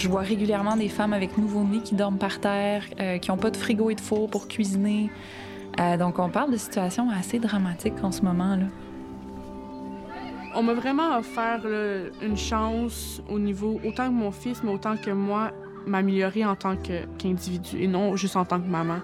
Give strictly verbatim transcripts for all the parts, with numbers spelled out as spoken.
Je vois régulièrement des femmes avec nouveau-nés qui dorment par terre, euh, qui n'ont pas de frigo et de four pour cuisiner. Euh, donc, on parle de situations assez dramatiques en ce moment, là. On m'a vraiment offert là, une chance au niveau, autant que mon fils, mais autant que moi, m'améliorer en tant que, qu'individu et non juste en tant que maman.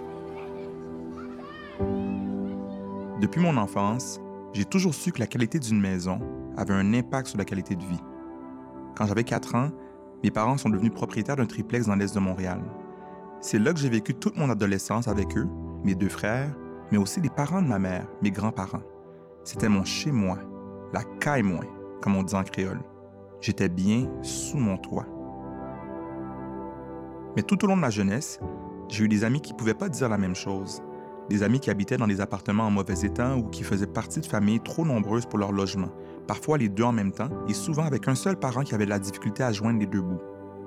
Depuis mon enfance, j'ai toujours su que la qualité d'une maison avait un impact sur la qualité de vie. Quand j'avais quatre ans, mes parents sont devenus propriétaires d'un triplex dans l'est de Montréal. C'est là que j'ai vécu toute mon adolescence avec eux, mes deux frères, mais aussi les parents de ma mère, mes grands-parents. C'était mon chez-moi, la caille-moi, comme on dit en créole. J'étais bien sous mon toit. Mais tout au long de ma jeunesse, j'ai eu des amis qui ne pouvaient pas dire la même chose. Des amis qui habitaient dans des appartements en mauvais état ou qui faisaient partie de familles trop nombreuses pour leur logement, parfois les deux en même temps et souvent avec un seul parent qui avait de la difficulté à joindre les deux bouts.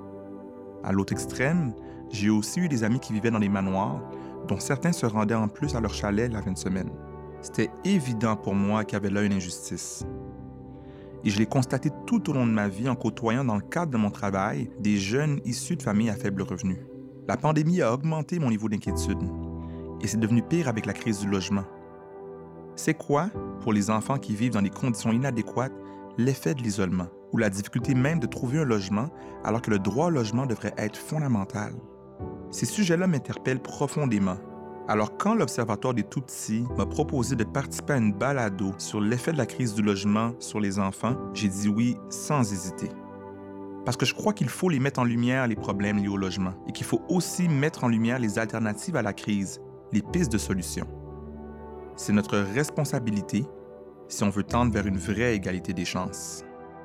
À l'autre extrême, j'ai aussi eu des amis qui vivaient dans des manoirs, dont certains se rendaient en plus à leur chalet la fin de semaine. C'était évident pour moi qu'il y avait là une injustice. Et je l'ai constaté tout au long de ma vie en côtoyant dans le cadre de mon travail des jeunes issus de familles à faible revenu. La pandémie a augmenté mon niveau d'inquiétude. Et c'est devenu pire avec la crise du logement. C'est quoi, pour les enfants qui vivent dans des conditions inadéquates, l'effet de l'isolement ou la difficulté même de trouver un logement alors que le droit au logement devrait être fondamental? Ces sujets-là m'interpellent profondément. Alors quand l'Observatoire des tout-petits m'a proposé de participer à une balado sur l'effet de la crise du logement sur les enfants, j'ai dit oui sans hésiter. Parce que je crois qu'il faut les mettre en lumière, les problèmes liés au logement, et qu'il faut aussi mettre en lumière les alternatives à la crise, les pistes de solutions. C'est notre responsabilité si on veut tendre vers une vraie égalité des chances.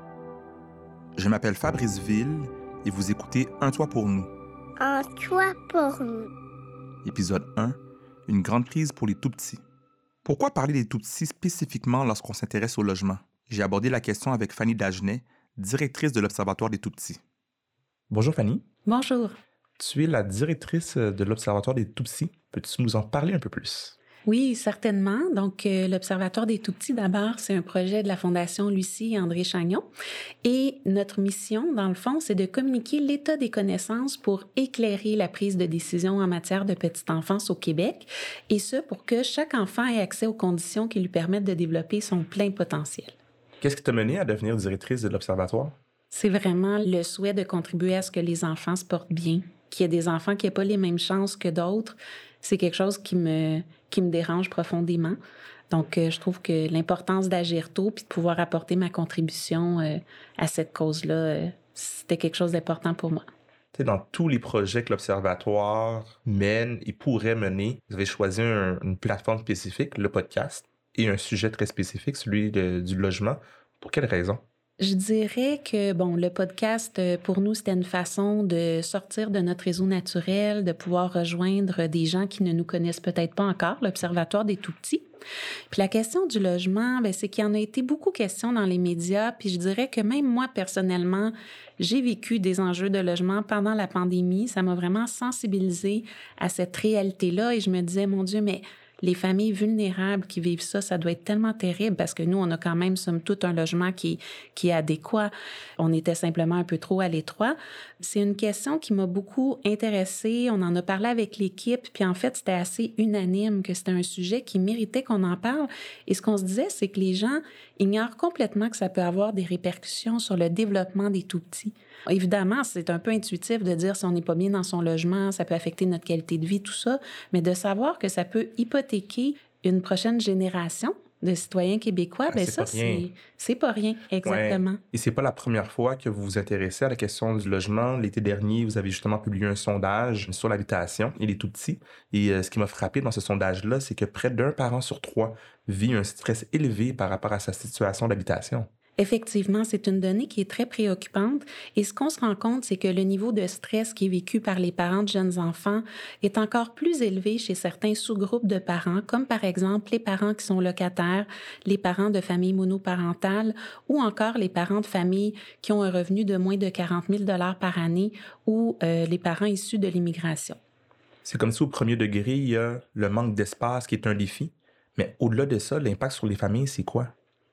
Je m'appelle Fabrice Ville et vous écoutez Un toit pour nous. Un toit pour nous. Épisode un, une grande crise pour les tout-petits. Pourquoi parler des tout-petits spécifiquement lorsqu'on s'intéresse au logement? J'ai abordé la question avec Fanny Dagenet, directrice de l'Observatoire des tout-petits. Bonjour Fanny. Bonjour. Tu es la directrice de l'Observatoire des tout-petits. Peux-tu nous en parler un peu plus? Oui, certainement. Donc, euh, l'Observatoire des tout-petits, d'abord, c'est un projet de la Fondation Lucie et André Chagnon. Et notre mission, dans le fond, c'est de communiquer l'état des connaissances pour éclairer la prise de décision en matière de petite enfance au Québec. Et ce, pour que chaque enfant ait accès aux conditions qui lui permettent de développer son plein potentiel. Qu'est-ce qui t'a mené à devenir directrice de l'Observatoire? C'est vraiment le souhait de contribuer à ce que les enfants se portent bien, qu'il y ait des enfants qui n'aient pas les mêmes chances que d'autres. C'est quelque chose qui me, qui me dérange profondément. Donc, euh, je trouve que l'importance d'agir tôt puis de pouvoir apporter ma contribution euh, à cette cause-là, euh, c'était quelque chose d'important pour moi. Tu sais, dans tous les projets que l'Observatoire mène et pourrait mener, vous avez choisi un, une plateforme spécifique, le podcast, et un sujet très spécifique, celui de, du logement. Pour quelle raison? Je dirais que, bon, le podcast, pour nous, c'était une façon de sortir de notre réseau naturel, de pouvoir rejoindre des gens qui ne nous connaissent peut-être pas encore, l'Observatoire des tout-petits. Puis la question du logement, ben c'est qu'il y en a été beaucoup question dans les médias, puis je dirais que même moi, personnellement, j'ai vécu des enjeux de logement pendant la pandémie. Ça m'a vraiment sensibilisée à cette réalité-là et je me disais, mon Dieu, mais les familles vulnérables qui vivent ça, ça doit être tellement terrible parce que nous, on a quand même, somme toute, un logement qui, qui est adéquat. On était simplement un peu trop à l'étroit. C'est une question qui m'a beaucoup intéressée. On en a parlé avec l'équipe, puis en fait, c'était assez unanime que c'était un sujet qui méritait qu'on en parle. Et ce qu'on se disait, c'est que les gens ignorent complètement que ça peut avoir des répercussions sur le développement des tout-petits. Évidemment, c'est un peu intuitif de dire si on n'est pas bien dans son logement, ça peut affecter notre qualité de vie, tout ça, mais de savoir que ça peut hypothéquer une prochaine génération de citoyens québécois, ah, ben c'est ça, pas rien. c'est, c'est pas rien, exactement. Ouais. Et c'est pas la première fois que vous vous intéressez à la question du logement. L'été dernier, vous avez justement publié un sondage sur l'habitation et les tout-petits. Et euh, ce qui m'a frappé dans ce sondage-là, c'est que près d'un parent sur trois vit un stress élevé par rapport à sa situation d'habitation. Effectivement, c'est une donnée qui est très préoccupante et ce qu'on se rend compte, c'est que le niveau de stress qui est vécu par les parents de jeunes enfants est encore plus élevé chez certains sous-groupes de parents, comme par exemple les parents qui sont locataires, les parents de familles monoparentales ou encore les parents de familles qui ont un revenu de moins de quarante mille dollars par année ou euh, les parents issus de l'immigration. C'est comme si au premier degré, il y a le manque d'espace qui est un défi, mais au-delà de ça, l'impact sur les familles, c'est quoi?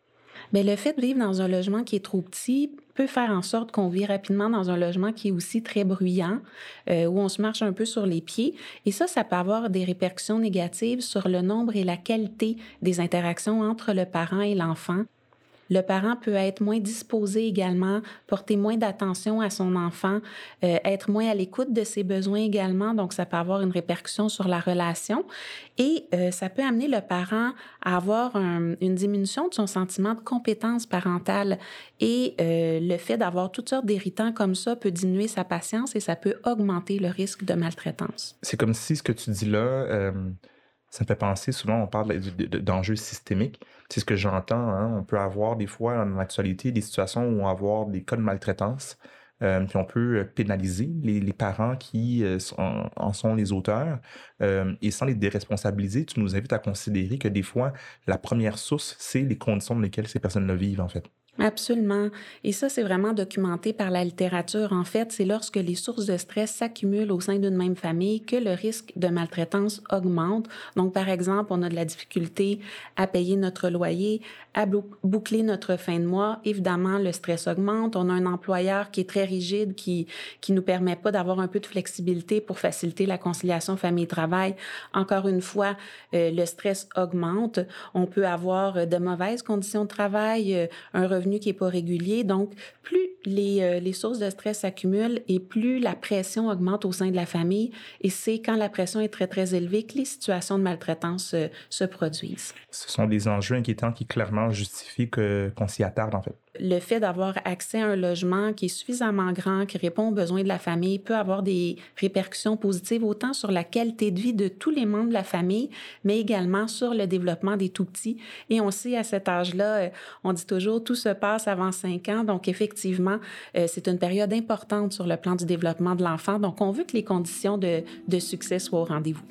Bien, le fait de vivre dans un logement qui est trop petit peut faire en sorte qu'on vit rapidement dans un logement qui est aussi très bruyant, euh, où on se marche un peu sur les pieds. Et ça, ça peut avoir des répercussions négatives sur le nombre et la qualité des interactions entre le parent et l'enfant. Le parent peut être moins disposé également, porter moins d'attention à son enfant, euh, être moins à l'écoute de ses besoins également. Donc, ça peut avoir une répercussion sur la relation. Et euh, ça peut amener le parent à avoir un, une diminution de son sentiment de compétence parentale. Et euh, le fait d'avoir toutes sortes d'irritants comme ça peut diminuer sa patience et ça peut augmenter le risque de maltraitance. C'est comme si ce que tu dis là... Euh... Ça me fait penser, souvent, on parle d'enjeux systémiques. C'est ce que j'entends. Hein? On peut avoir des fois, en actualité, des situations où on va avoir des cas de maltraitance, euh, puis on peut pénaliser les, les parents qui euh, sont, en sont les auteurs. Euh, et sans les déresponsabiliser, tu nous invites à considérer que des fois, la première source, c'est les conditions dans lesquelles ces personnes-là vivent, en fait. Absolument. Et ça, c'est vraiment documenté par la littérature. En fait, c'est lorsque les sources de stress s'accumulent au sein d'une même famille que le risque de maltraitance augmente. Donc, par exemple, on a de la difficulté à payer notre loyer, à boucler notre fin de mois. Évidemment, le stress augmente. On a un employeur qui est très rigide, qui qui nous permet pas d'avoir un peu de flexibilité pour faciliter la conciliation famille-travail. Encore une fois, euh, le stress augmente. On peut avoir de mauvaises conditions de travail, euh, un revenu qui n'est pas régulier. Donc, plus les, euh, les sources de stress s'accumulent et plus la pression augmente au sein de la famille. Et c'est quand la pression est très, très élevée que les situations de maltraitance euh, se produisent. Ce sont des enjeux inquiétants qui clairement justifient que, qu'on s'y attarde, en fait. Le fait d'avoir accès à un logement qui est suffisamment grand, qui répond aux besoins de la famille, peut avoir des répercussions positives autant sur la qualité de vie de tous les membres de la famille, mais également sur le développement des tout-petits. Et on sait, à cet âge-là, on dit toujours, tout se passe avant cinq ans. Donc, effectivement, c'est une période importante sur le plan du développement de l'enfant. Donc, on veut que les conditions de, de succès soient au rendez-vous.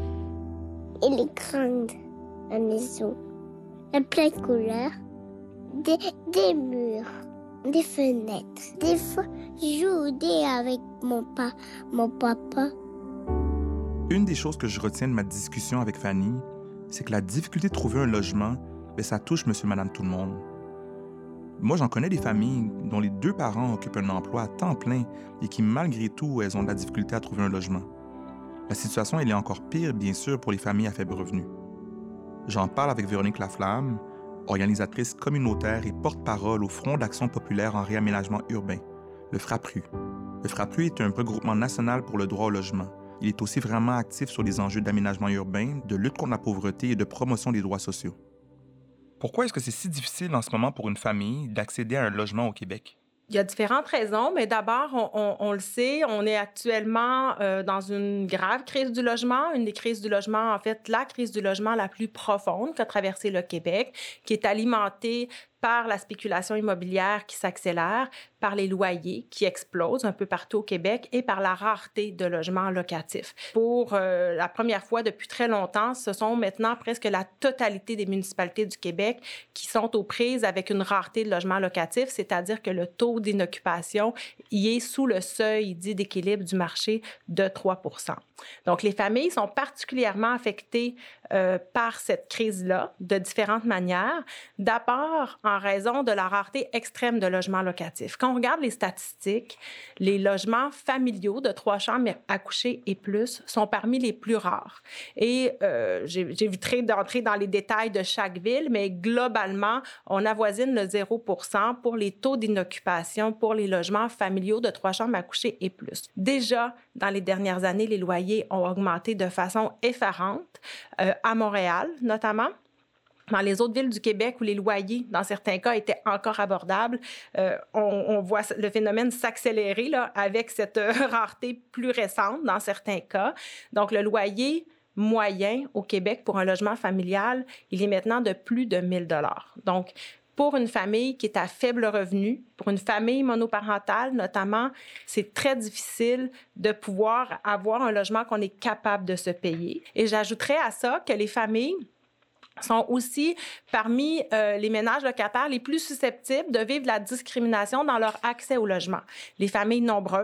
Elle est grande, la maison. Elle a plein de couleurs. Des, des murs, des fenêtres. Des fois, je joue au dé avec mon, pa, mon papa. Une des choses que je retiens de ma discussion avec Fanny, c'est que la difficulté de trouver un logement, bien, ça touche monsieur, madame, tout le monde. Moi, j'en connais des familles dont les deux parents occupent un emploi à temps plein et qui, malgré tout, elles ont de la difficulté à trouver un logement. La situation, elle est encore pire, bien sûr, pour les familles à faible revenu. J'en parle avec Véronique Laflamme, organisatrice communautaire et porte-parole au Front d'action populaire en réaménagement urbain, le FRAPRU. Le FRAPRU est un regroupement national pour le droit au logement. Il est aussi vraiment actif sur les enjeux d'aménagement urbain, de lutte contre la pauvreté et de promotion des droits sociaux. Pourquoi est-ce que c'est si difficile en ce moment pour une famille d'accéder à un logement au Québec? Il y a différentes raisons, mais d'abord, on, on, on le sait, on est actuellement euh, dans une grave crise du logement, une des crises du logement, en fait, la crise du logement la plus profonde qu'a traversé le Québec, qui est alimentée par la spéculation immobilière qui s'accélère, par les loyers qui explosent un peu partout au Québec et par la rareté de logements locatifs. Pour euh, la première fois depuis très longtemps, ce sont maintenant presque la totalité des municipalités du Québec qui sont aux prises avec une rareté de logements locatifs, c'est-à-dire que le taux d'inoccupation y est sous le seuil dit d'équilibre du marché de trois pour cent. Donc, les familles sont particulièrement affectées euh, par cette crise-là de différentes manières. D'abord, en raison de la rareté extrême de logements locatifs. Quand on regarde les statistiques, les logements familiaux de trois chambres à coucher et plus sont parmi les plus rares. Et euh, j'éviterai d'entrer dans les détails de chaque ville, mais globalement, on avoisine le zéro pour cent pour les taux d'inoccupation pour les logements familiaux de trois chambres à coucher et plus. Déjà, dans les dernières années, les loyers ont augmenté de façon effarante, euh, à Montréal notamment. Dans les autres villes du Québec où les loyers, dans certains cas, étaient encore abordables, euh, on, on voit le phénomène s'accélérer là, avec cette euh, rareté plus récente dans certains cas. Donc, le loyer moyen au Québec pour un logement familial, il est maintenant de plus de mille dollars. Donc, pour une famille qui est à faible revenu, pour une famille monoparentale notamment, c'est très difficile de pouvoir avoir un logement qu'on est capable de se payer. Et j'ajouterais à ça que les familles sont aussi parmi euh, les ménages locataires les plus susceptibles de vivre la discrimination dans leur accès au logement. Les familles nombreuses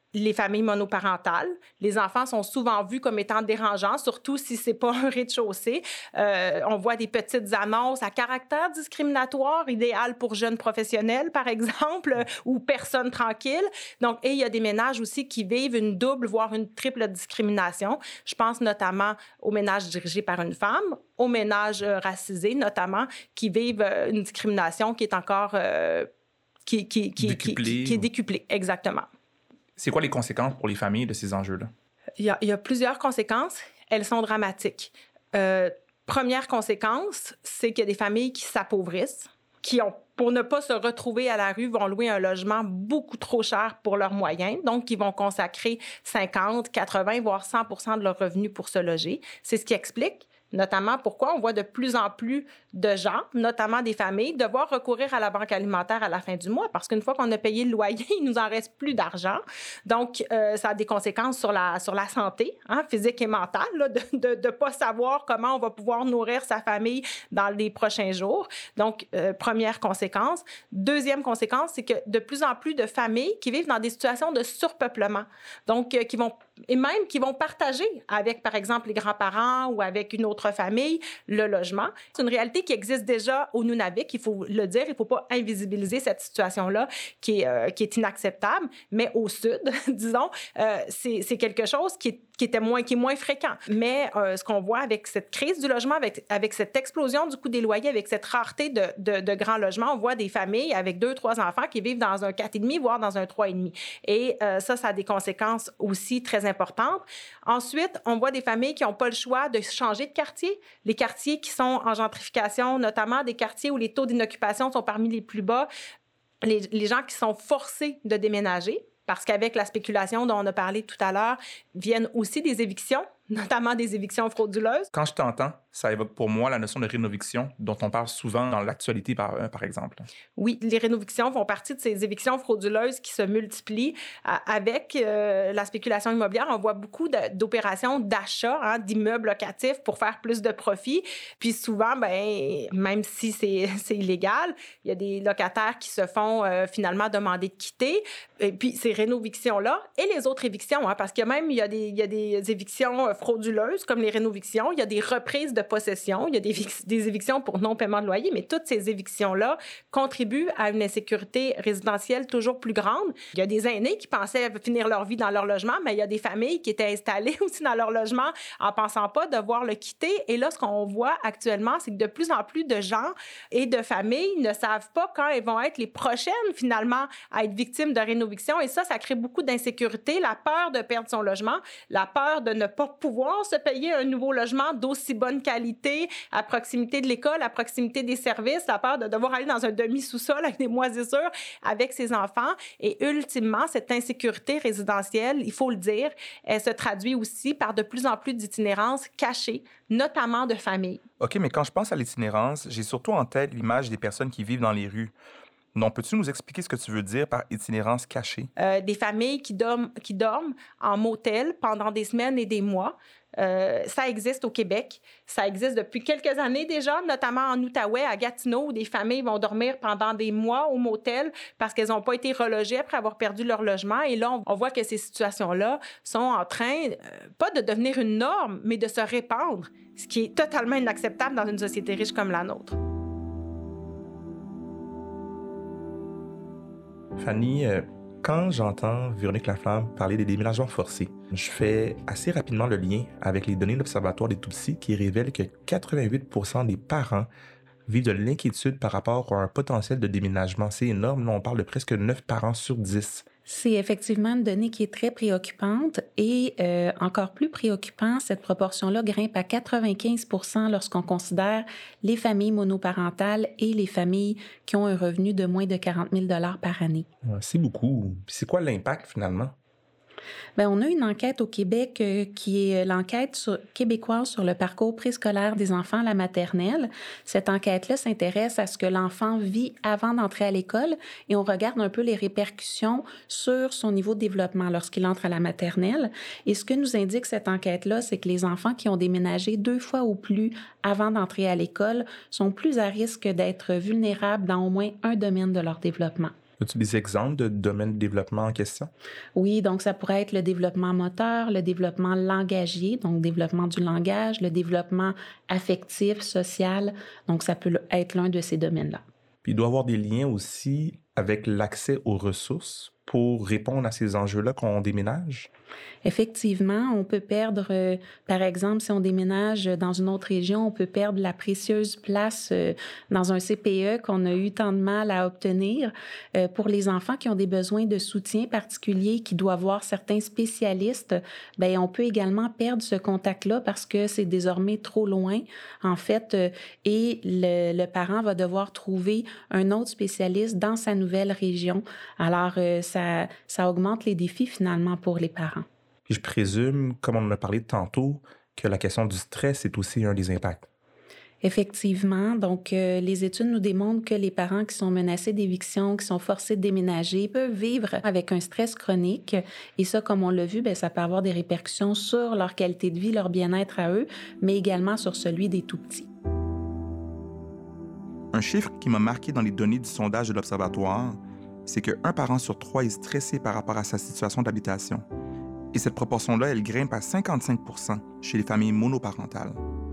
les familles monoparentales. Les enfants sont souvent vus comme étant dérangeants, surtout si c'est pas un rez-de-chaussée. Euh, on voit des petites annonces à caractère discriminatoire, idéal pour jeunes professionnels, par exemple, ou personnes tranquilles. Donc, et il y a des ménages aussi qui vivent une double, voire une triple discrimination. Je pense notamment aux ménages dirigés par une femme, aux ménages euh, racisés, notamment, qui vivent euh, une discrimination qui est encore... Euh, qui, qui, qui, qui, qui, qui est décuplée, exactement. C'est quoi les conséquences pour les familles de ces enjeux-là? Il y a, il y a plusieurs conséquences. Elles sont dramatiques. Euh, première conséquence, c'est qu'il y a des familles qui s'appauvrissent, qui ont, pour ne pas se retrouver à la rue, vont louer un logement beaucoup trop cher pour leurs moyens. Donc, ils vont consacrer cinquante, quatre-vingts, voire cent pour cent de leurs revenus pour se loger. C'est ce qui explique notamment pourquoi on voit de plus en plus de gens, notamment des familles, devoir recourir à la banque alimentaire à la fin du mois parce qu'une fois qu'on a payé le loyer, il nous en reste plus d'argent. Donc, euh, ça a des conséquences sur la, sur la santé, hein, physique et mentale, là, de ne de, de pas savoir comment on va pouvoir nourrir sa famille dans les prochains jours. Donc, euh, première conséquence. Deuxième conséquence, c'est que de plus en plus de familles qui vivent dans des situations de surpeuplement, donc euh, qui vont, et même qui vont partager avec, par exemple, les grands-parents ou avec une autre famille, le logement. C'est une réalité qui existe déjà au Nunavik, il faut le dire, il ne faut pas invisibiliser cette situation-là qui est, euh, qui est inacceptable, mais au sud, disons, euh, c'est, c'est quelque chose qui est qui, était moins, qui est moins fréquent. Mais euh, ce qu'on voit avec cette crise du logement, avec, avec cette explosion du coût des loyers, avec cette rareté de, de, de grands logements, on voit des familles avec deux, trois enfants qui vivent dans un quatre virgule cinq, voire dans un trois virgule cinq. Et euh, ça, ça a des conséquences aussi très importantes. Ensuite, on voit des familles qui n'ont pas le choix de changer de quartier. Les quartiers qui sont en gentrification, notamment des quartiers où les taux d'inoccupation sont parmi les plus bas, les, les gens qui sont forcés de déménager. Parce qu'avec la spéculation dont on a parlé tout à l'heure, viennent aussi des évictions, notamment des évictions frauduleuses. Quand je t'entends, ça évoque pour moi la notion de rénoviction dont on parle souvent dans l'actualité, par, par exemple. Oui, les rénovictions font partie de ces évictions frauduleuses qui se multiplient. Avec euh, la spéculation immobilière, on voit beaucoup de, d'opérations d'achat hein, d'immeubles locatifs pour faire plus de profit. Puis souvent, ben, même si c'est, c'est illégal, il y a des locataires qui se font euh, finalement demander de quitter. Et puis ces rénovictions-là et les autres évictions, hein, parce que même il y a des, il y a des évictions frauduleuses comme les rénovictions, il y a des reprises de possession, il y a des, des évictions pour non-paiement de loyer, mais toutes ces évictions-là contribuent à une insécurité résidentielle toujours plus grande. Il y a des aînés qui pensaient finir leur vie dans leur logement, mais il y a des familles qui étaient installées aussi dans leur logement en pensant pas devoir le quitter. Et là, ce qu'on voit actuellement, c'est que de plus en plus de gens et de familles ne savent pas quand elles vont être les prochaines, finalement, à être victimes de rénoviction. Et ça, ça crée beaucoup d'insécurité, la peur de perdre son logement, la peur de ne pas pouvoir se payer un nouveau logement d'aussi bonne qualité, à proximité de l'école, à proximité des services, la peur de devoir aller dans un demi-sous-sol avec des moisissures avec ses enfants. Et ultimement, cette insécurité résidentielle, il faut le dire, elle se traduit aussi par de plus en plus d'itinérance cachée, notamment de familles. OK, mais quand je pense à l'itinérance, j'ai surtout en tête l'image des personnes qui vivent dans les rues. Donc, peux-tu nous expliquer ce que tu veux dire par itinérance cachée? Euh, des familles qui dorment, qui dorment en motel pendant des semaines et des mois. Euh, ça existe au Québec. Ça existe depuis quelques années déjà, notamment en Outaouais, à Gatineau, où des familles vont dormir pendant des mois au motel parce qu'elles n'ont pas été relogées après avoir perdu leur logement. Et là, on voit que ces situations-là sont en train, euh, pas de devenir une norme, mais de se répandre, ce qui est totalement inacceptable dans une société riche comme la nôtre. Fanny, euh, quand j'entends Véronique Laflamme parler des déménagements forcés, je fais assez rapidement le lien avec les données de l'Observatoire des Tout-Petits qui révèlent que quatre-vingt-huit pour cent des parents vivent de l'inquiétude par rapport à un potentiel de déménagement. C'est énorme, là, on parle de presque neuf parents sur dix. C'est effectivement une donnée qui est très préoccupante et euh, encore plus préoccupant, cette proportion-là grimpe à quatre-vingt-quinze pour cent lorsqu'on considère les familles monoparentales et les familles qui ont un revenu de moins de quarante mille dollars par année. C'est beaucoup. Puis c'est quoi l'impact finalement? Bien, on a une enquête au Québec euh, qui est l'enquête sur, québécoise sur le parcours préscolaire des enfants à la maternelle. Cette enquête-là s'intéresse à ce que l'enfant vit avant d'entrer à l'école et on regarde un peu les répercussions sur son niveau de développement lorsqu'il entre à la maternelle. Et ce que nous indique cette enquête-là, c'est que les enfants qui ont déménagé deux fois ou plus avant d'entrer à l'école sont plus à risque d'être vulnérables dans au moins un domaine de leur développement. As-tu des exemples de domaines de développement en question? Oui, donc ça pourrait être le développement moteur, le développement langagier, donc développement du langage, le développement affectif, social. Donc, ça peut être l'un de ces domaines-là. Puis il doit y avoir des liens aussi avec l'accès aux ressources pour répondre à ces enjeux-là quand on déménage? Effectivement, on peut perdre, euh, par exemple, si on déménage dans une autre région, on peut perdre la précieuse place euh, dans un C P E qu'on a eu tant de mal à obtenir. Euh, pour les enfants qui ont des besoins de soutien particuliers, qui doivent voir certains spécialistes, bien, on peut également perdre ce contact-là parce que c'est désormais trop loin, en fait, euh, et le, le parent va devoir trouver un autre spécialiste dans sa nouvelle région. Alors, euh, ça, ça augmente les défis finalement pour les parents. Puis je présume, comme on en a parlé tantôt, que la question du stress est aussi un des impacts. Effectivement. Donc, euh, les études nous démontrent que les parents qui sont menacés d'éviction, qui sont forcés de déménager, peuvent vivre avec un stress chronique. Et ça, comme on l'a vu, bien, ça peut avoir des répercussions sur leur qualité de vie, leur bien-être à eux, mais également sur celui des tout-petits. Un chiffre qui m'a marqué dans les données du sondage de l'Observatoire, c'est qu'un parent sur trois est stressé par rapport à sa situation d'habitation. Et cette proportion-là, elle grimpe à cinquante-cinq pour cent chez les familles monoparentales.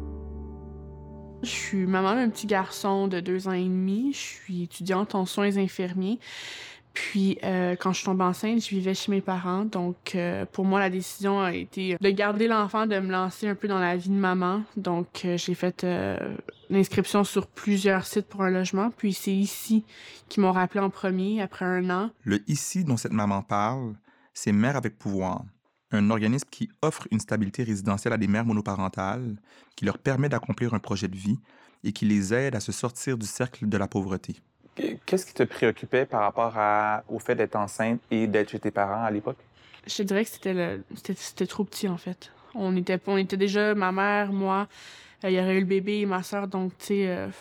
Je suis maman d'un petit garçon de deux ans et demi. Je suis étudiante en soins infirmiers. Puis, euh, quand je suis tombée enceinte, je vivais chez mes parents. Donc, euh, pour moi, la décision a été de garder l'enfant, de me lancer un peu dans la vie de maman. Donc, euh, j'ai fait euh, l'inscription sur plusieurs sites pour un logement. Puis, c'est ici qu'ils m'ont rappelé en premier, après un an. Le ici dont cette maman parle, c'est Mères avec pouvoir, un organisme qui offre une stabilité résidentielle à des mères monoparentales, qui leur permet d'accomplir un projet de vie et qui les aide à se sortir du cercle de la pauvreté. Qu'est-ce qui te préoccupait par rapport à, au fait d'être enceinte et d'être chez tes parents à l'époque? Je te dirais que c'était, le, c'était, c'était trop petit, en fait. On était, on était déjà, ma mère, moi, il euh, y aurait eu le bébé et ma soeur, donc, tu sais, euh,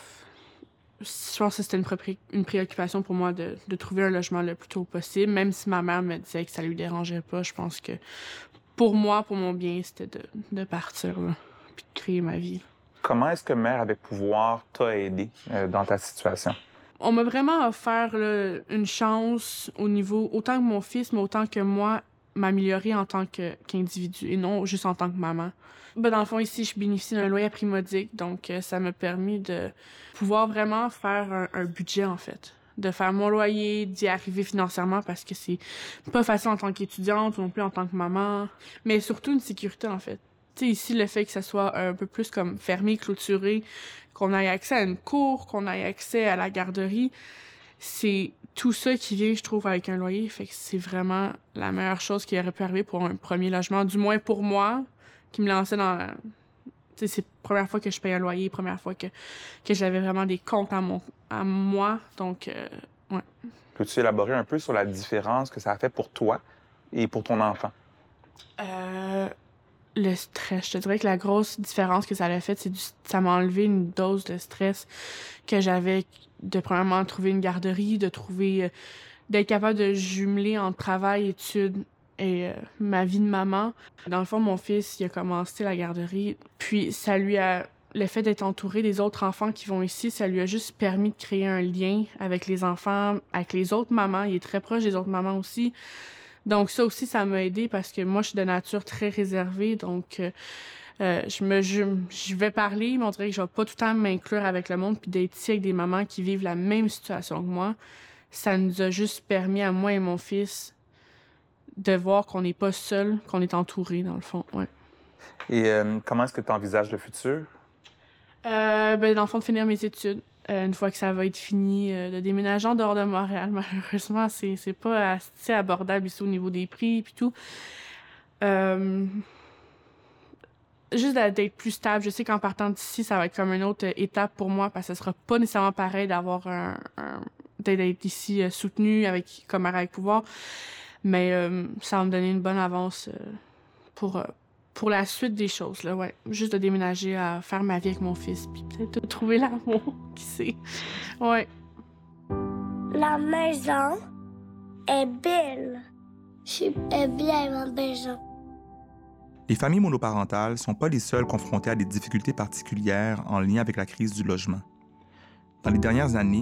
je pense que c'était une, pré- une préoccupation pour moi de, de trouver un logement le plus tôt possible, même si ma mère me disait que ça lui dérangeait pas. Je pense que pour moi, pour mon bien, c'était de, de partir, là, puis de créer ma vie. Comment est-ce que Mères avec pouvoir t'a aidé euh, dans ta situation? On m'a vraiment offert là, une chance au niveau, autant que mon fils, mais autant que moi, m'améliorer en tant que, qu'individu et non juste en tant que maman. Ben, dans le fond, ici, je bénéficie d'un loyer primodique, donc euh, ça m'a permis de pouvoir vraiment faire un, un budget, en fait. De faire mon loyer, d'y arriver financièrement parce que c'est pas facile en tant qu'étudiante ou non plus en tant que maman, mais surtout une sécurité, en fait. Tu sais, ici, le fait que ça soit un peu plus comme fermé, clôturé, qu'on ait accès à une cour, qu'on ait accès à la garderie, c'est tout ça qui vient, je trouve, avec un loyer. Fait que c'est vraiment la meilleure chose qui aurait pu arriver pour un premier logement, du moins pour moi, qui me lançait dans... Tu sais, c'est la première fois que je paye un loyer, première fois que, que j'avais vraiment des comptes à, mon, à moi, donc, euh, ouais. Peux-tu élaborer un peu sur la différence que ça a fait pour toi et pour ton enfant? Euh... Le stress. Je te dirais que la grosse différence que ça a fait, c'est du, ça m'a enlevé une dose de stress que j'avais de premièrement trouver une garderie, de trouver, euh, d'être capable de jumeler entre travail, études et euh, ma vie de maman. Dans le fond, mon fils, il a commencé la garderie, puis ça lui a, le fait d'être entouré des autres enfants qui vont ici, ça lui a juste permis de créer un lien avec les enfants, avec les autres mamans. Il est très proche des autres mamans aussi. Donc ça aussi, ça m'a aidé parce que moi, je suis de nature très réservée. Donc, euh, euh, je me, je, je vais parler, mais on dirait que je vais pas tout le temps m'inclure avec le monde. Puis d'être ici avec des mamans qui vivent la même situation que moi, ça nous a juste permis à moi et mon fils de voir qu'on n'est pas seul, qu'on est entouré dans le fond. Ouais. Et euh, comment est-ce que tu envisages le futur? Euh, ben, dans le fond, de finir mes études. Euh, une fois que ça va être fini, euh, de déménager en dehors de Montréal. Malheureusement, c'est, c'est pas assez abordable ici au niveau des prix et tout. Euh, juste d'être plus stable. Je sais qu'en partant d'ici, ça va être comme une autre étape pour moi parce que ce sera pas nécessairement pareil d'avoir un... un d'être ici euh, soutenu avec, comme mère avec pouvoir. Mais euh, ça va me donner une bonne avance euh, pour... Euh, pour la suite des choses, là, ouais. Juste de déménager à faire ma vie avec mon fils, puis peut-être de trouver l'amour, qui sait. Ouais. La maison est belle. Je suis bien, ma maison. Les familles monoparentales ne sont pas les seules confrontées à des difficultés particulières en lien avec la crise du logement. Dans les dernières années,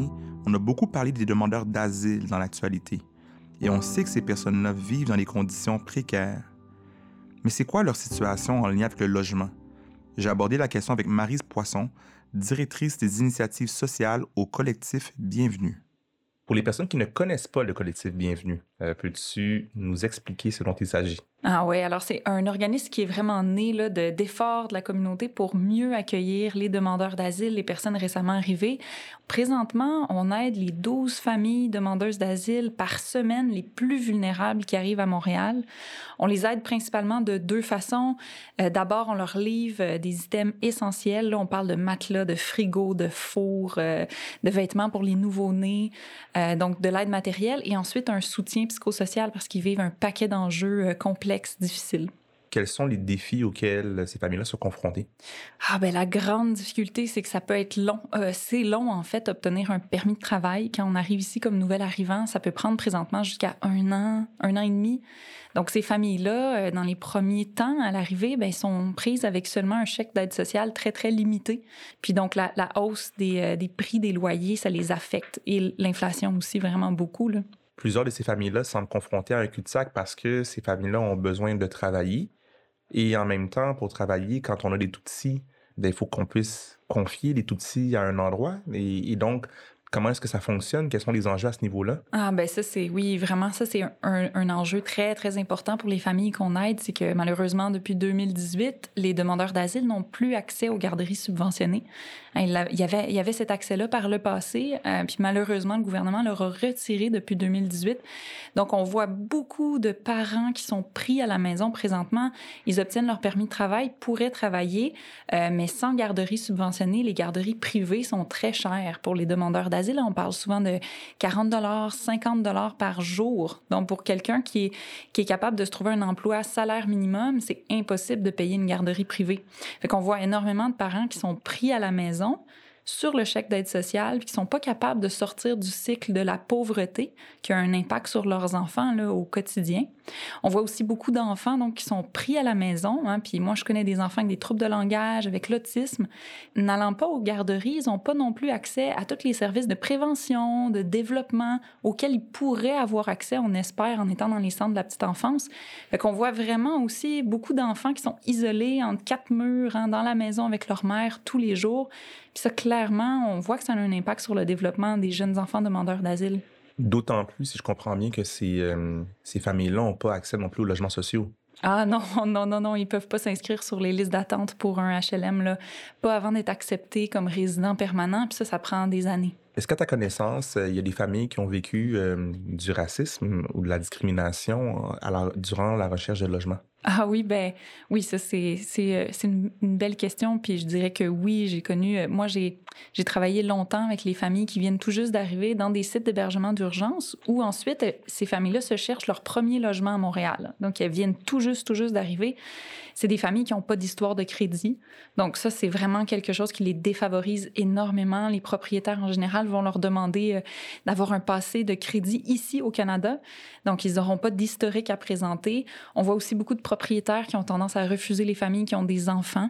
On a beaucoup parlé des demandeurs d'asile dans l'actualité. Et on sait que ces personnes-là vivent dans des conditions précaires. Mais c'est quoi leur situation en lien avec le logement? J'ai abordé la question avec Maryse Poisson, directrice des initiatives sociales au collectif Bienvenue. Pour les personnes qui ne connaissent pas le collectif Bienvenue, euh, peux-tu nous expliquer ce dont il s'agit? Ah oui, alors c'est un organisme qui est vraiment né là, de, d'efforts de la communauté pour mieux accueillir les demandeurs d'asile, les personnes récemment arrivées. Présentement, on aide les douze familles demandeuses d'asile par semaine les plus vulnérables qui arrivent à Montréal. On les aide principalement de deux façons. Euh, d'abord, on leur livre euh, des items essentiels. Là, on parle de matelas, de frigo, de four, euh, de vêtements pour les nouveau-nés, euh, donc de l'aide matérielle. Et ensuite, un soutien psychosocial parce qu'ils vivent un paquet d'enjeux euh, complexes, difficiles. Quels sont les défis auxquels ces familles-là sont confrontées? Ah ben la grande difficulté, c'est que ça peut être long. Euh, c'est long, en fait, obtenir un permis de travail. Quand on arrive ici comme nouvel arrivant, ça peut prendre présentement jusqu'à un an, un an et demi. Donc, ces familles-là, euh, dans les premiers temps, à l'arrivée, ben, sont prises avec seulement un chèque d'aide sociale très, très limité. Puis donc, la, la hausse des, euh, des prix des loyers, ça les affecte. Et l'inflation aussi, vraiment beaucoup, là. Plusieurs de ces familles-là semblent confrontées à un cul-de-sac parce que ces familles-là ont besoin de travailler. Et en même temps, pour travailler, quand on a des tout-petits, ben, il faut qu'on puisse confier les tout-petits à un endroit. Et, et donc, comment est-ce que ça fonctionne? Quels sont les enjeux à ce niveau-là? Ah, ben ça, c'est, oui, vraiment, ça, c'est un, un, un enjeu très, très important pour les familles qu'on aide. C'est que malheureusement, depuis deux mille dix-huit, les demandeurs d'asile n'ont plus accès aux garderies subventionnées. Il y avait, il y avait cet accès-là par le passé, euh, puis malheureusement, le gouvernement leur a retiré depuis deux mille dix-huit. Donc, on voit beaucoup de parents qui sont pris à la maison présentement. Ils obtiennent leur permis de travail, pourraient travailler, euh, mais sans garderie subventionnée. Les garderies privées sont très chères pour les demandeurs d'asile. On parle souvent de quarante dollars, cinquante dollars par jour. Donc, pour quelqu'un qui est, qui est capable de se trouver un emploi à salaire minimum, c'est impossible de payer une garderie privée. Fait qu'on voit énormément de parents qui sont pris à la maison sur le chèque d'aide sociale, puis qui sont pas capables de sortir du cycle de la pauvreté qui a un impact sur leurs enfants là, au quotidien. On voit aussi beaucoup d'enfants donc qui sont pris à la maison, hein, puis moi je connais des enfants avec des troubles de langage, avec l'autisme, n'allant pas aux garderies, ils n'ont pas non plus accès à tous les services de prévention, de développement auxquels ils pourraient avoir accès, on espère, en étant dans les centres de la petite enfance. Fait qu'on voit vraiment aussi beaucoup d'enfants qui sont isolés entre quatre murs, hein, dans la maison avec leur mère tous les jours. Puis ça, clairement, on voit que ça a un impact sur le développement des jeunes enfants demandeurs d'asile. D'autant plus, si je comprends bien, que ces, euh, ces familles-là n'ont pas accès non plus aux logements sociaux. Ah non, non, non, non, ils peuvent pas s'inscrire sur les listes d'attente pour un H L M, là, pas avant d'être acceptés comme résidents permanents, puis ça, ça prend des années. Est-ce qu'à ta connaissance, il y a des familles qui ont vécu euh, du racisme ou de la discrimination à la, durant la recherche de logement? Ah oui, ben oui, ça c'est c'est c'est une, une belle question, puis je dirais que oui, j'ai connu moi j'ai j'ai travaillé longtemps avec les familles qui viennent tout juste d'arriver dans des sites d'hébergement d'urgence où ensuite ces familles-là se cherchent leur premier logement à Montréal. Donc elles viennent tout juste tout juste d'arriver. C'est des familles qui n'ont pas d'histoire de crédit. Donc ça, c'est vraiment quelque chose qui les défavorise énormément. Les propriétaires, en général, vont leur demander euh, d'avoir un passé de crédit ici au Canada. Donc, ils n'auront pas d'historique à présenter. On voit aussi beaucoup de propriétaires qui ont tendance à refuser les familles qui ont des enfants.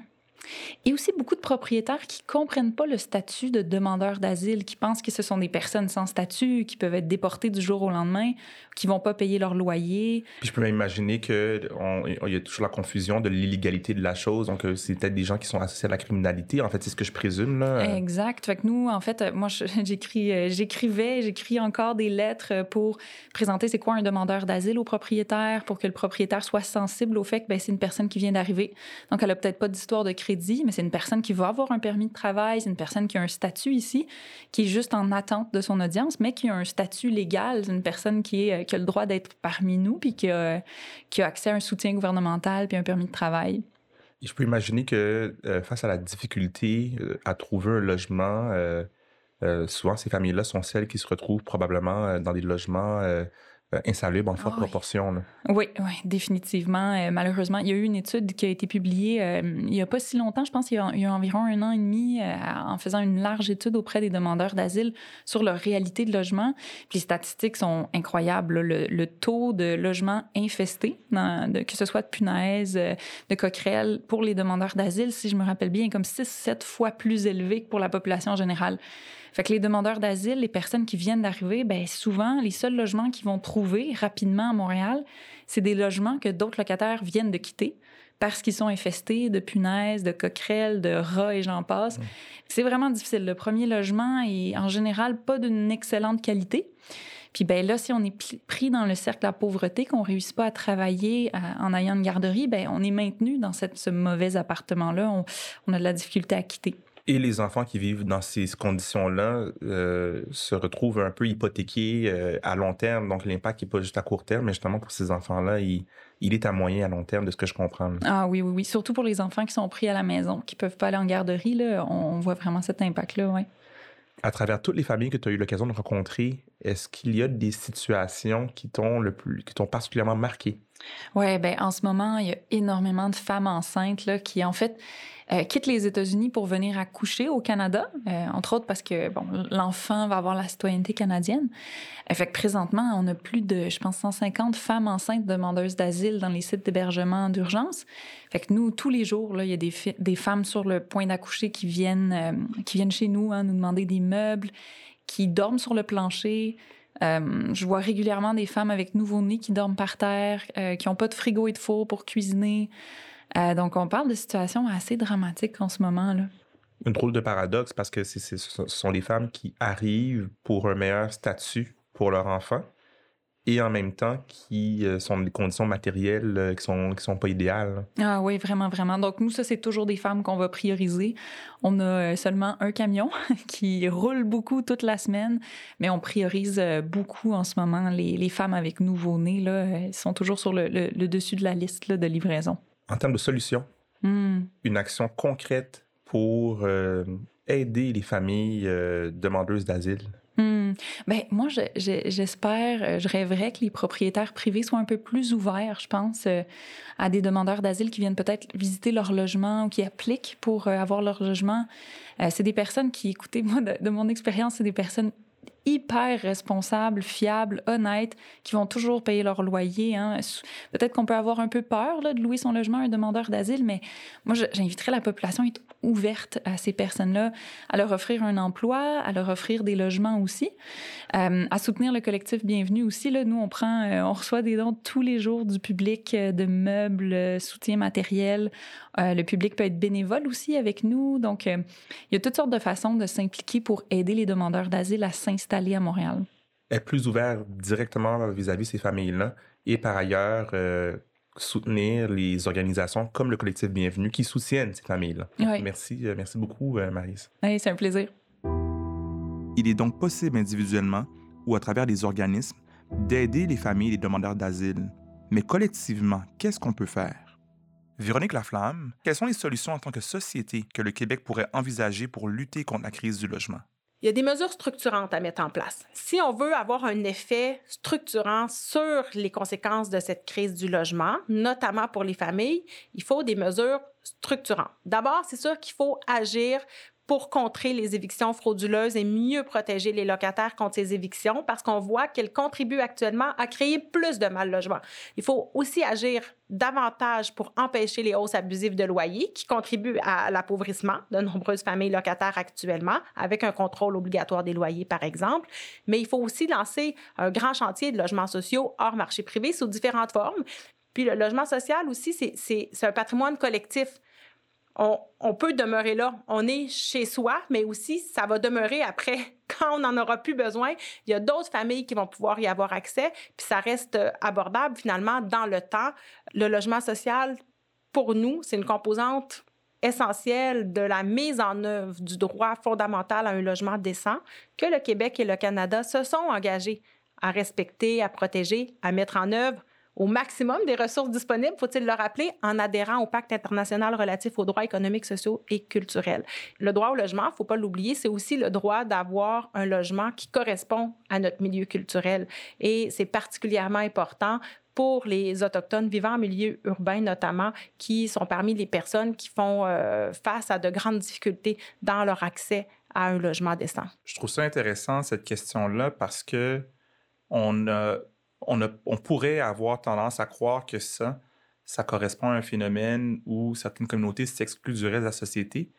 Et aussi beaucoup de propriétaires qui ne comprennent pas le statut de demandeur d'asile, qui pensent que ce sont des personnes sans statut, qui peuvent être déportées du jour au lendemain, qui ne vont pas payer leur loyer. Puis je peux m'imaginer qu'il y a toujours la confusion de l'illégalité de la chose. Donc, c'est peut-être des gens qui sont associés à la criminalité. En fait, c'est ce que je présume, là. Exact. Fait que nous, en fait, moi, j'écris, j'écrivais, j'écris encore des lettres pour présenter c'est quoi un demandeur d'asile au propriétaire, pour que le propriétaire soit sensible au fait que ben, c'est une personne qui vient d'arriver. Donc, elle n'a peut-être pas d'histoire de crédit, mais c'est une personne qui va avoir un permis de travail, c'est une personne qui a un statut ici, qui est juste en attente de son audience, mais qui a un statut légal. C'est une personne qui, est, qui a le droit d'être parmi nous, puis qui a, qui a accès à un soutien gouvernemental, puis un permis de travail. Et je peux imaginer que euh, face à la difficulté euh, à trouver un logement, euh, euh, souvent ces familles-là sont celles qui se retrouvent probablement euh, dans des logements euh, insalubres en forte oh, oui. proportion. Là. Oui, oui, définitivement. Euh, malheureusement, il y a eu une étude qui a été publiée euh, il n'y a pas si longtemps, je pense qu'il y a, il y a environ un an et demi, euh, en faisant une large étude auprès des demandeurs d'asile sur leur réalité de logement. Puis les statistiques sont incroyables. Le, le taux de logements infestés, dans, de, que ce soit de punaises, de coquerelles, pour les demandeurs d'asile, si je me rappelle bien, est comme six sept fois plus élevé que pour la population générale. Fait que les demandeurs d'asile, les personnes qui viennent d'arriver, bien souvent, les seuls logements qu'ils vont trouver rapidement à Montréal, c'est des logements que d'autres locataires viennent de quitter parce qu'ils sont infestés de punaises, de coquerelles, de rats et j'en passe. Mmh. C'est vraiment difficile. Le premier logement est en général pas d'une excellente qualité. Puis ben là, si on est pris dans le cercle de la pauvreté, qu'on ne réussit pas à travailler à, en ayant une garderie, ben on est maintenu dans cette, ce mauvais appartement-là. On, on a de la difficulté à quitter. Et les enfants qui vivent dans ces conditions-là euh, se retrouvent un peu hypothéqués euh, à long terme. Donc, l'impact n'est pas juste à court terme, mais justement, pour ces enfants-là, il, il est à moyen, à long terme, de ce que je comprends. Ah oui, oui, oui. Surtout pour les enfants qui sont pris à la maison, qui ne peuvent pas aller en garderie, là, on voit vraiment cet impact-là, oui. À travers toutes les familles que tu as eu l'occasion de rencontrer, est-ce qu'il y a des situations qui t'ont le plus, qui t'ont particulièrement marqué? Oui, bien, en ce moment, il y a énormément de femmes enceintes là, qui, en fait, euh, quittent les États-Unis pour venir accoucher au Canada, euh, entre autres parce que, bon, l'enfant va avoir la citoyenneté canadienne. Euh, fait que présentement, on a plus de, je pense, cent cinquante femmes enceintes demandeuses d'asile dans les sites d'hébergement d'urgence. Fait que nous, tous les jours, là, il y a des, fi- des femmes sur le point d'accoucher qui viennent, euh, qui viennent chez nous hein, nous demander des meubles, qui dorment sur le plancher. Euh, je vois régulièrement des femmes avec nouveau-nés qui dorment par terre, euh, qui n'ont pas de frigo et de four pour cuisiner. Euh, donc, on parle de situations assez dramatiques en ce moment, là. Un drôle de paradoxe parce que c'est, c'est, ce sont les femmes qui arrivent pour un meilleur statut pour leur enfant et en même temps qui euh, sont dans des conditions matérielles euh, qui sont qui sont pas idéales. Ah oui, vraiment, vraiment. Donc, nous, ça, c'est toujours des femmes qu'on va prioriser. On a euh, seulement un camion qui roule beaucoup toute la semaine, mais on priorise euh, beaucoup en ce moment. Les, les femmes avec nouveau-nés, là, elles sont toujours sur le, le, le dessus de la liste là, de livraison. En termes de solutions, mm. une action concrète pour euh, aider les familles euh, demandeuses d'asile? Hmm. Ben moi, je, je, j'espère, je rêverais que les propriétaires privés soient un peu plus ouverts, je pense, euh, à des demandeurs d'asile qui viennent peut-être visiter leur logement ou qui appliquent pour euh, avoir leur logement. Euh, c'est des personnes qui, écoutez, moi, de, de mon expérience, c'est des personnes hyper responsables, fiables, honnêtes, qui vont toujours payer leur loyer. Hein. Peut-être qu'on peut avoir un peu peur là, de louer son logement à un demandeur d'asile, mais moi, je, j'inviterais la population à être ouverte à ces personnes-là, à leur offrir un emploi, à leur offrir des logements aussi, euh, à soutenir le collectif Bienvenue aussi. Là, nous, on prend, euh, on reçoit des dons tous les jours du public, euh, de meubles, euh, soutien matériel. Euh, le public peut être bénévole aussi avec nous. Donc, euh, il y a toutes sortes de façons de s'impliquer pour aider les demandeurs d'asile à s'installer à Montréal. Être plus ouvert directement vis-à-vis de ces familles-là et par ailleurs euh, soutenir les organisations comme le collectif Bienvenue qui soutiennent ces familles-là. Oui. Merci, euh, merci beaucoup, euh, Maryse. Oui, c'est un plaisir. Il est donc possible individuellement ou à travers des organismes d'aider les familles et les demandeurs d'asile. Mais collectivement, qu'est-ce qu'on peut faire? Véronique Laflamme, quelles sont les solutions en tant que société que le Québec pourrait envisager pour lutter contre la crise du logement? Il y a des mesures structurantes à mettre en place. Si on veut avoir un effet structurant sur les conséquences de cette crise du logement, notamment pour les familles, il faut des mesures structurantes. D'abord, c'est sûr qu'il faut agir pour contrer les évictions frauduleuses et mieux protéger les locataires contre ces évictions parce qu'on voit qu'elles contribuent actuellement à créer plus de mal-logement. Il faut aussi agir davantage pour empêcher les hausses abusives de loyers qui contribuent à l'appauvrissement de nombreuses familles locataires actuellement, avec un contrôle obligatoire des loyers, par exemple. Mais il faut aussi lancer un grand chantier de logements sociaux hors marché privé sous différentes formes. Puis le logement social aussi, c'est, c'est, c'est un patrimoine collectif. On, on peut demeurer là. On est chez soi, mais aussi, ça va demeurer après, quand on n'en aura plus besoin. Il y a d'autres familles qui vont pouvoir y avoir accès, puis ça reste abordable, finalement, dans le temps. Le logement social, pour nous, c'est une composante essentielle de la mise en œuvre du droit fondamental à un logement décent que le Québec et le Canada se sont engagés à respecter, à protéger, à mettre en œuvre au maximum des ressources disponibles, faut-il le rappeler, en adhérant au pacte international relatif aux droits économiques, sociaux et culturels. Le droit au logement, il ne faut pas l'oublier, c'est aussi le droit d'avoir un logement qui correspond à notre milieu culturel. Et c'est particulièrement important pour les Autochtones vivant en milieu urbain notamment, qui sont parmi les personnes qui font euh, face à de grandes difficultés dans leur accès à un logement décent. Je trouve ça intéressant, cette question-là, parce que on a On, a, on pourrait avoir tendance à croire que ça, ça correspond à un phénomène où certaines communautés s'excluent du reste de la société,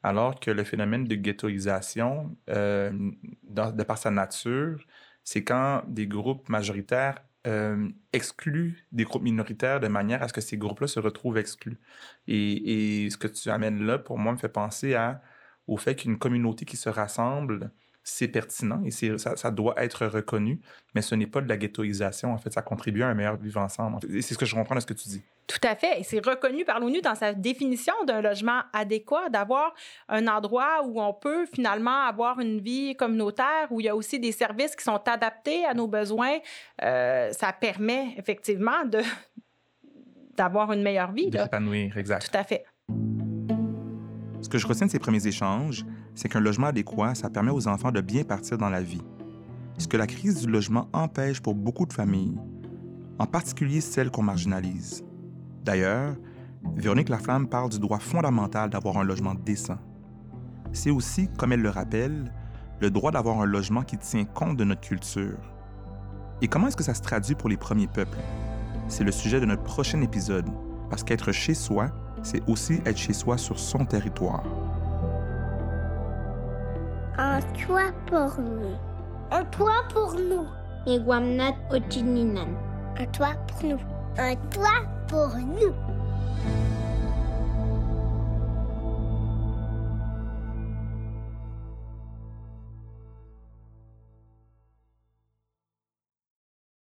alors que le phénomène de ghettoisation, euh, dans, de par sa nature, c'est quand des groupes majoritaires euh, excluent des groupes minoritaires de manière à ce que ces groupes-là se retrouvent exclus. Et, et ce que tu amènes là, pour moi, me fait penser à, au fait qu'une communauté qui se rassemble, c'est pertinent et c'est, ça, ça doit être reconnu, mais ce n'est pas de la ghettoisation. En fait, ça contribue à un meilleur vivre ensemble. Et c'est ce que je comprends de ce que tu dis. Tout à fait. Et c'est reconnu par l'ONU dans sa définition d'un logement adéquat, d'avoir un endroit où on peut finalement avoir une vie communautaire, où il y a aussi des services qui sont adaptés à nos besoins. Euh, ça permet effectivement de, d'avoir une meilleure vie. De s'épanouir, exact. Tout à fait. Ce que je retiens de ces premiers échanges, c'est qu'un logement adéquat, ça permet aux enfants de bien partir dans la vie. Ce que la crise du logement empêche pour beaucoup de familles, en particulier celles qu'on marginalise. D'ailleurs, Véronique Laflamme parle du droit fondamental d'avoir un logement décent. C'est aussi, comme elle le rappelle, le droit d'avoir un logement qui tient compte de notre culture. Et comment est-ce que ça se traduit pour les premiers peuples? C'est le sujet de notre prochain épisode, parce qu'être chez soi, c'est aussi être chez soi sur son territoire. Un toit pour nous. Un toit pour nous. Un toit pour nous. Un toit pour nous.